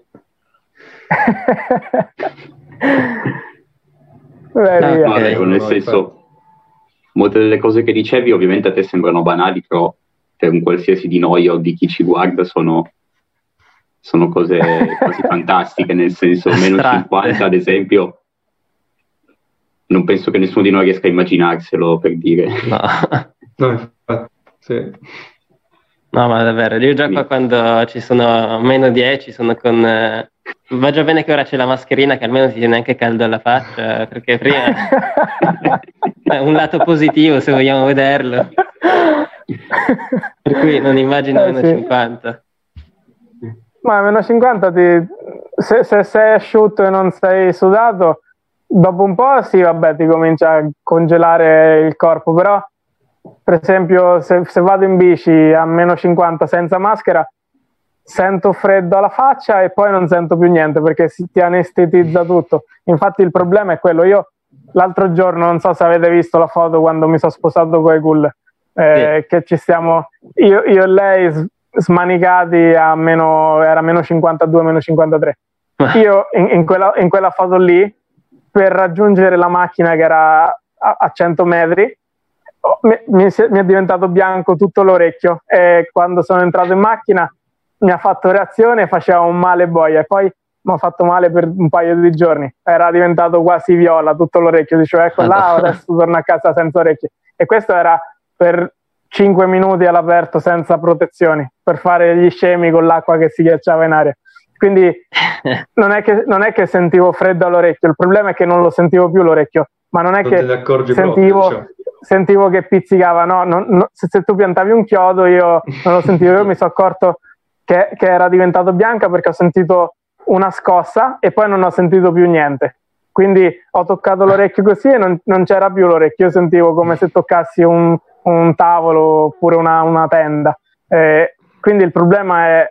Beh, no, no, ecco, nel senso, molte delle cose che dicevi ovviamente a te sembrano banali, però per un qualsiasi di noi o di chi ci guarda sono, sono cose quasi fantastiche, nel senso, meno cinquanta ad esempio, non penso che nessuno di noi riesca a immaginarselo, per dire. No, no, sì. No, ma davvero, io già qua quando ci sono meno dieci sono con... Eh, va già bene che ora c'è la mascherina, che almeno ti tiene anche caldo alla faccia, perché prima è un lato positivo se vogliamo vederlo. Per cui non immagino eh, meno sì. cinquanta. Ma meno cinquanta ti... se, se sei asciutto e non sei sudato dopo un po' sì, vabbè, ti comincia a congelare il corpo, però per esempio se, se vado in bici a meno cinquanta senza maschera sento freddo alla faccia e poi non sento più niente perché si ti anestetizza tutto. Infatti il problema è quello. Io l'altro giorno, non so se avete visto la foto quando mi sono sposato con Egul, eh, sì. che ci stiamo io, io e lei smanicati a meno, era meno cinquantadue, meno cinquantatré. Io in, in, quella, in quella foto lì, per raggiungere la macchina che era a, a cento metri, mi, mi, mi è diventato bianco tutto l'orecchio e quando sono entrato in macchina mi ha fatto reazione, faceva un male boia e poi mi ha fatto male per un paio di giorni, era diventato quasi viola tutto l'orecchio, dicevo ecco là adesso torno a casa senza orecchie, e questo era per cinque minuti all'aperto senza protezioni, per fare gli scemi con l'acqua che si ghiacciava in aria. Quindi non è che, non è che sentivo freddo all'orecchio, il problema è che non lo sentivo più l'orecchio, ma non è non che sentivo, proprio, diciamo. sentivo che pizzicava, no, non, no, se, se tu piantavi un chiodo io non lo sentivo, io mi sono accorto che, che era diventato bianca perché ho sentito una scossa e poi non ho sentito più niente, quindi ho toccato l'orecchio così e non, non c'era più l'orecchio, io sentivo come se toccassi un, un tavolo oppure una, una tenda, eh, quindi il problema è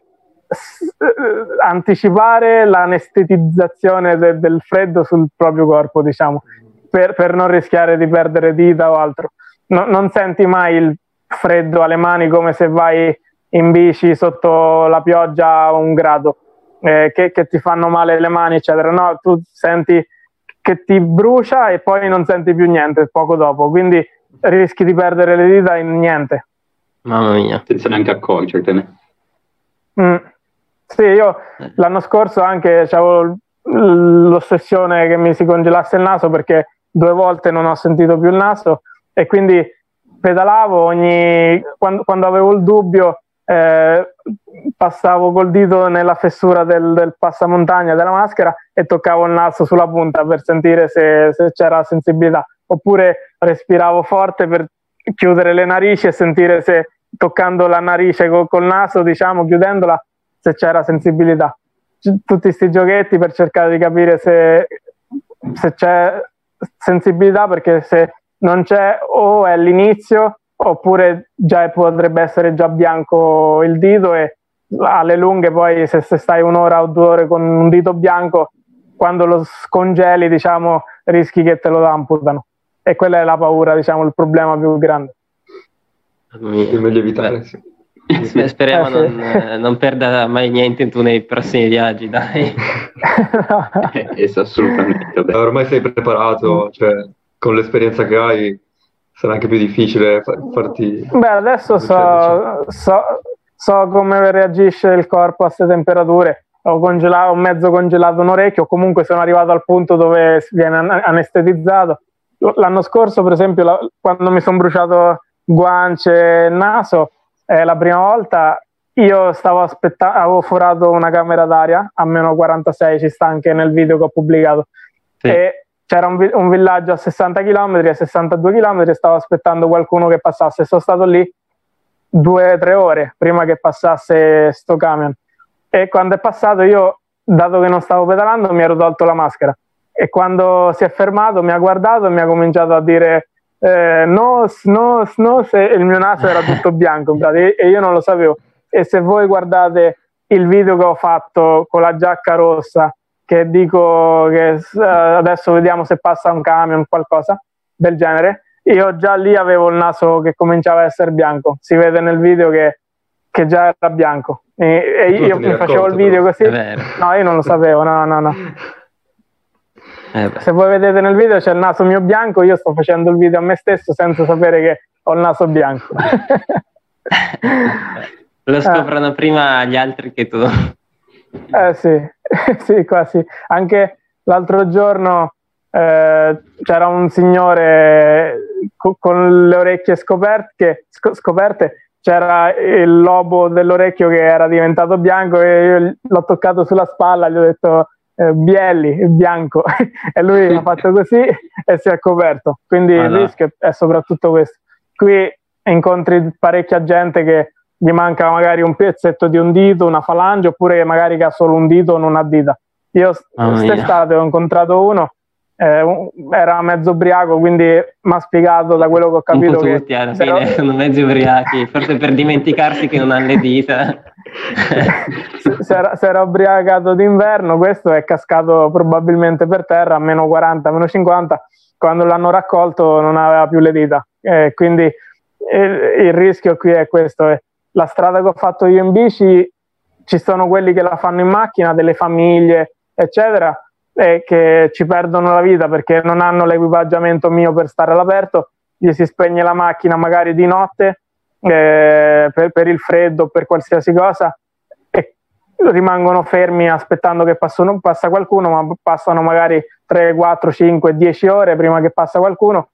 anticipare l'anestetizzazione de- del freddo sul proprio corpo, diciamo, per, per non rischiare di perdere dita o altro. No, non senti mai il freddo alle mani come se vai in bici sotto la pioggia a un grado, eh, che, che ti fanno male le mani eccetera, no, tu senti che ti brucia e poi non senti più niente poco dopo, quindi rischi di perdere le dita in niente. Mamma mia, senza neanche accorgertene. Mm. Sì, io l'anno scorso anche avevo l'ossessione che mi si congelasse il naso perché due volte non ho sentito più il naso e quindi pedalavo ogni quando, quando avevo il dubbio eh, passavo col dito nella fessura del, del passamontagna della maschera e toccavo il naso sulla punta per sentire se, se c'era sensibilità, oppure respiravo forte per chiudere le narici e sentire se toccando la narice col, col naso, diciamo, chiudendola, se c'era sensibilità. Tutti questi giochetti per cercare di capire se, se c'è sensibilità, perché se non c'è o è l'inizio oppure già potrebbe essere già bianco il dito e alle lunghe poi se, se stai un'ora o due ore con un dito bianco, quando lo scongeli, diciamo, rischi che te lo amputano, e quella è la paura, diciamo, il problema più grande. È meglio evitare, sì. Speriamo eh, sì. non, eh, non perda mai niente tu nei prossimi viaggi, dai. eh, assolutamente. Beh, ormai sei preparato, cioè con l'esperienza che hai sarà anche più difficile farti... Beh, adesso so, so, so come reagisce il corpo a queste temperature. Ho, congelato, ho mezzo congelato un orecchio, comunque sono arrivato al punto dove viene anestetizzato. L'anno scorso, per esempio, la, quando mi sono bruciato guance e naso, Eh, la prima volta io stavo aspettando, avevo forato una camera d'aria a meno quarantasei, ci sta anche nel video che ho pubblicato, sì. E c'era un, un villaggio a sessanta chilometri, a sessantadue chilometri, e stavo aspettando qualcuno che passasse. Sono stato lì due o tre ore prima che passasse sto camion, e quando è passato io, dato che non stavo pedalando, mi ero tolto la maschera, e quando si è fermato mi ha guardato e mi ha cominciato a dire Eh, no, no, no, se il mio naso era tutto bianco e, e io non lo sapevo. E se voi guardate il video che ho fatto con la giacca rossa, che dico che uh, adesso vediamo se passa un camion, qualcosa del genere, io già lì avevo il naso che cominciava a essere bianco, si vede nel video che, che già era bianco, e, e io mi facevo il video così, no, io non lo sapevo, no, no, no. Eh Se voi vedete nel video c'è il naso mio bianco, io sto facendo il video a me stesso senza sapere che ho il naso bianco. Lo scoprono eh. prima gli altri che tu. Eh sì, sì, quasi. Anche l'altro giorno eh, c'era un signore co- con le orecchie scoperte, sc- scoperte, c'era il lobo dell'orecchio che era diventato bianco e io l'ho toccato sulla spalla, gli ho detto Eh, Bielli, bianco, e lui ha fatto così e si è coperto, quindi ah, il rischio è soprattutto questo. Qui incontri parecchia gente che gli manca magari un pezzetto di un dito, una falange, oppure che magari che ha solo un dito o non ha dita. Io oh, quest'estate ho incontrato uno eh, era mezzo ubriaco, quindi mi ha spiegato, da quello che ho capito, un po' tutti che alla fine ero... sono mezzi ubriachi, forse per dimenticarsi che non hanno le dita. si, era, si era ubriacato d'inverno, questo è cascato probabilmente per terra a meno quaranta, meno cinquanta, quando l'hanno raccolto non aveva più le dita, eh, quindi il, il rischio qui è questo, è la strada che ho fatto io in bici, ci sono quelli che la fanno in macchina, delle famiglie eccetera, e che ci perdono la vita perché non hanno l'equipaggiamento mio per stare all'aperto, gli si spegne la macchina magari di notte eh, per, per il freddo, per qualsiasi cosa, e rimangono fermi aspettando che passano, passa qualcuno, ma passano magari tre, quattro, cinque, dieci ore prima che passa qualcuno,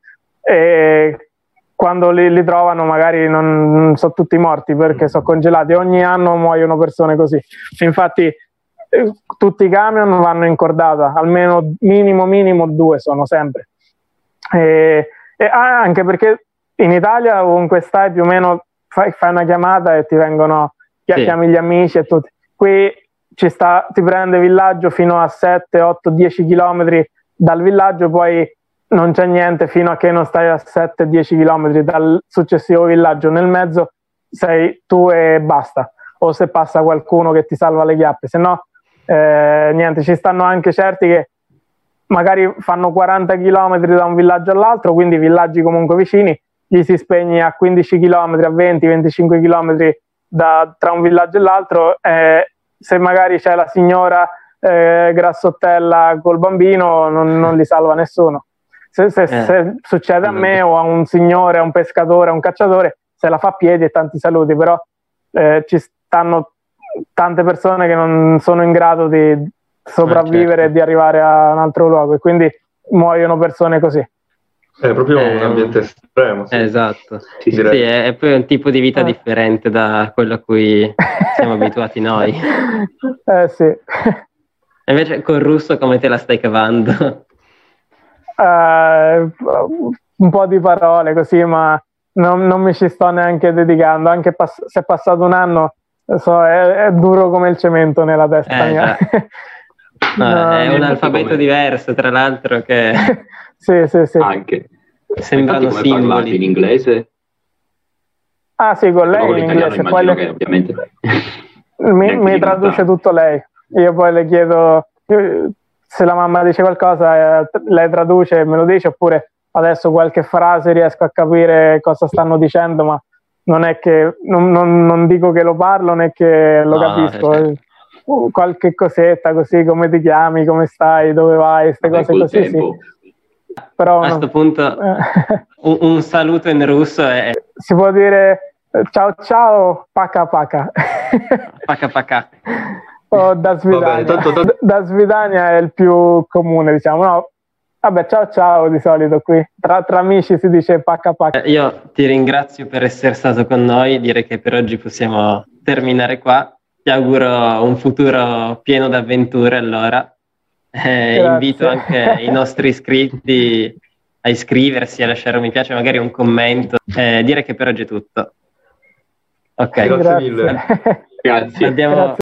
e quando li, li trovano magari non, non sono tutti morti perché sono congelati. Ogni anno muoiono persone così, infatti tutti i camion vanno in cordata, almeno minimo minimo due sono sempre, e, e anche perché in Italia ovunque stai più o meno fai, fai una chiamata e ti vengono, sì. Chiami gli amici e tutti. Qui ci sta, ti prende villaggio fino a sette, otto, dieci chilometri dal villaggio, poi non c'è niente fino a che non stai a sette, dieci chilometri dal successivo villaggio, nel mezzo sei tu e basta, o se passa qualcuno che ti salva le chiappe, se no Eh, niente. Ci stanno anche certi che magari fanno quaranta chilometri da un villaggio all'altro, quindi villaggi comunque vicini, gli si spegne a quindici chilometri, a venti venticinque chilometri da, tra un villaggio e l'altro, eh, se magari c'è la signora eh, grassottella col bambino non, non li salva nessuno. Se, se, eh. se succede a me o a un signore, a un pescatore, a un cacciatore, se la fa a piedi e tanti saluti, però eh, ci stanno tante persone che non sono in grado di sopravvivere, eh, certo, e di arrivare a un altro luogo, e quindi muoiono persone così. È proprio eh, un ambiente estremo. Sì. Esatto, sì, sì, è, è poi un tipo di vita eh. differente da quello a cui siamo abituati noi. Eh sì. E invece col russo come te la stai cavando? Uh, un po' di parole così, ma non, non mi ci sto neanche dedicando, anche pass- se è passato un anno. So, è, è duro come il cemento nella testa eh, mia. No, no, è un alfabeto come... diverso, tra l'altro, che sì, sì, sì. Anche. Sembrano simboli. In inglese? Ah sì, con lei in inglese. Poi le... che ovviamente mi, mi traduce tutto lei. Io poi le chiedo se la mamma dice qualcosa, lei traduce e me lo dice, oppure adesso qualche frase riesco a capire cosa stanno dicendo, ma non è che non, non, non dico che lo parlo né che lo no, capisco, certo. Qualche cosetta così, come ti chiami, come stai, dove vai, queste cose così, sì. Però a questo no. punto un, un saluto in russo è... si può dire ciao ciao, paka paka. Paka paka. O da svidania. Vabbè, tanto, tanto... da svidania è il più comune, diciamo, no? Vabbè, ciao ciao di solito qui, tra, tra amici si dice pacca pacca. Io ti ringrazio per essere stato con noi, direi che per oggi possiamo terminare qua, ti auguro un futuro pieno d'avventure allora, eh, invito anche i nostri iscritti a iscriversi, a lasciare un mi piace, magari un commento, eh, direi che per oggi è tutto. Ok, grazie mille. Grazie. Andiamo... Grazie.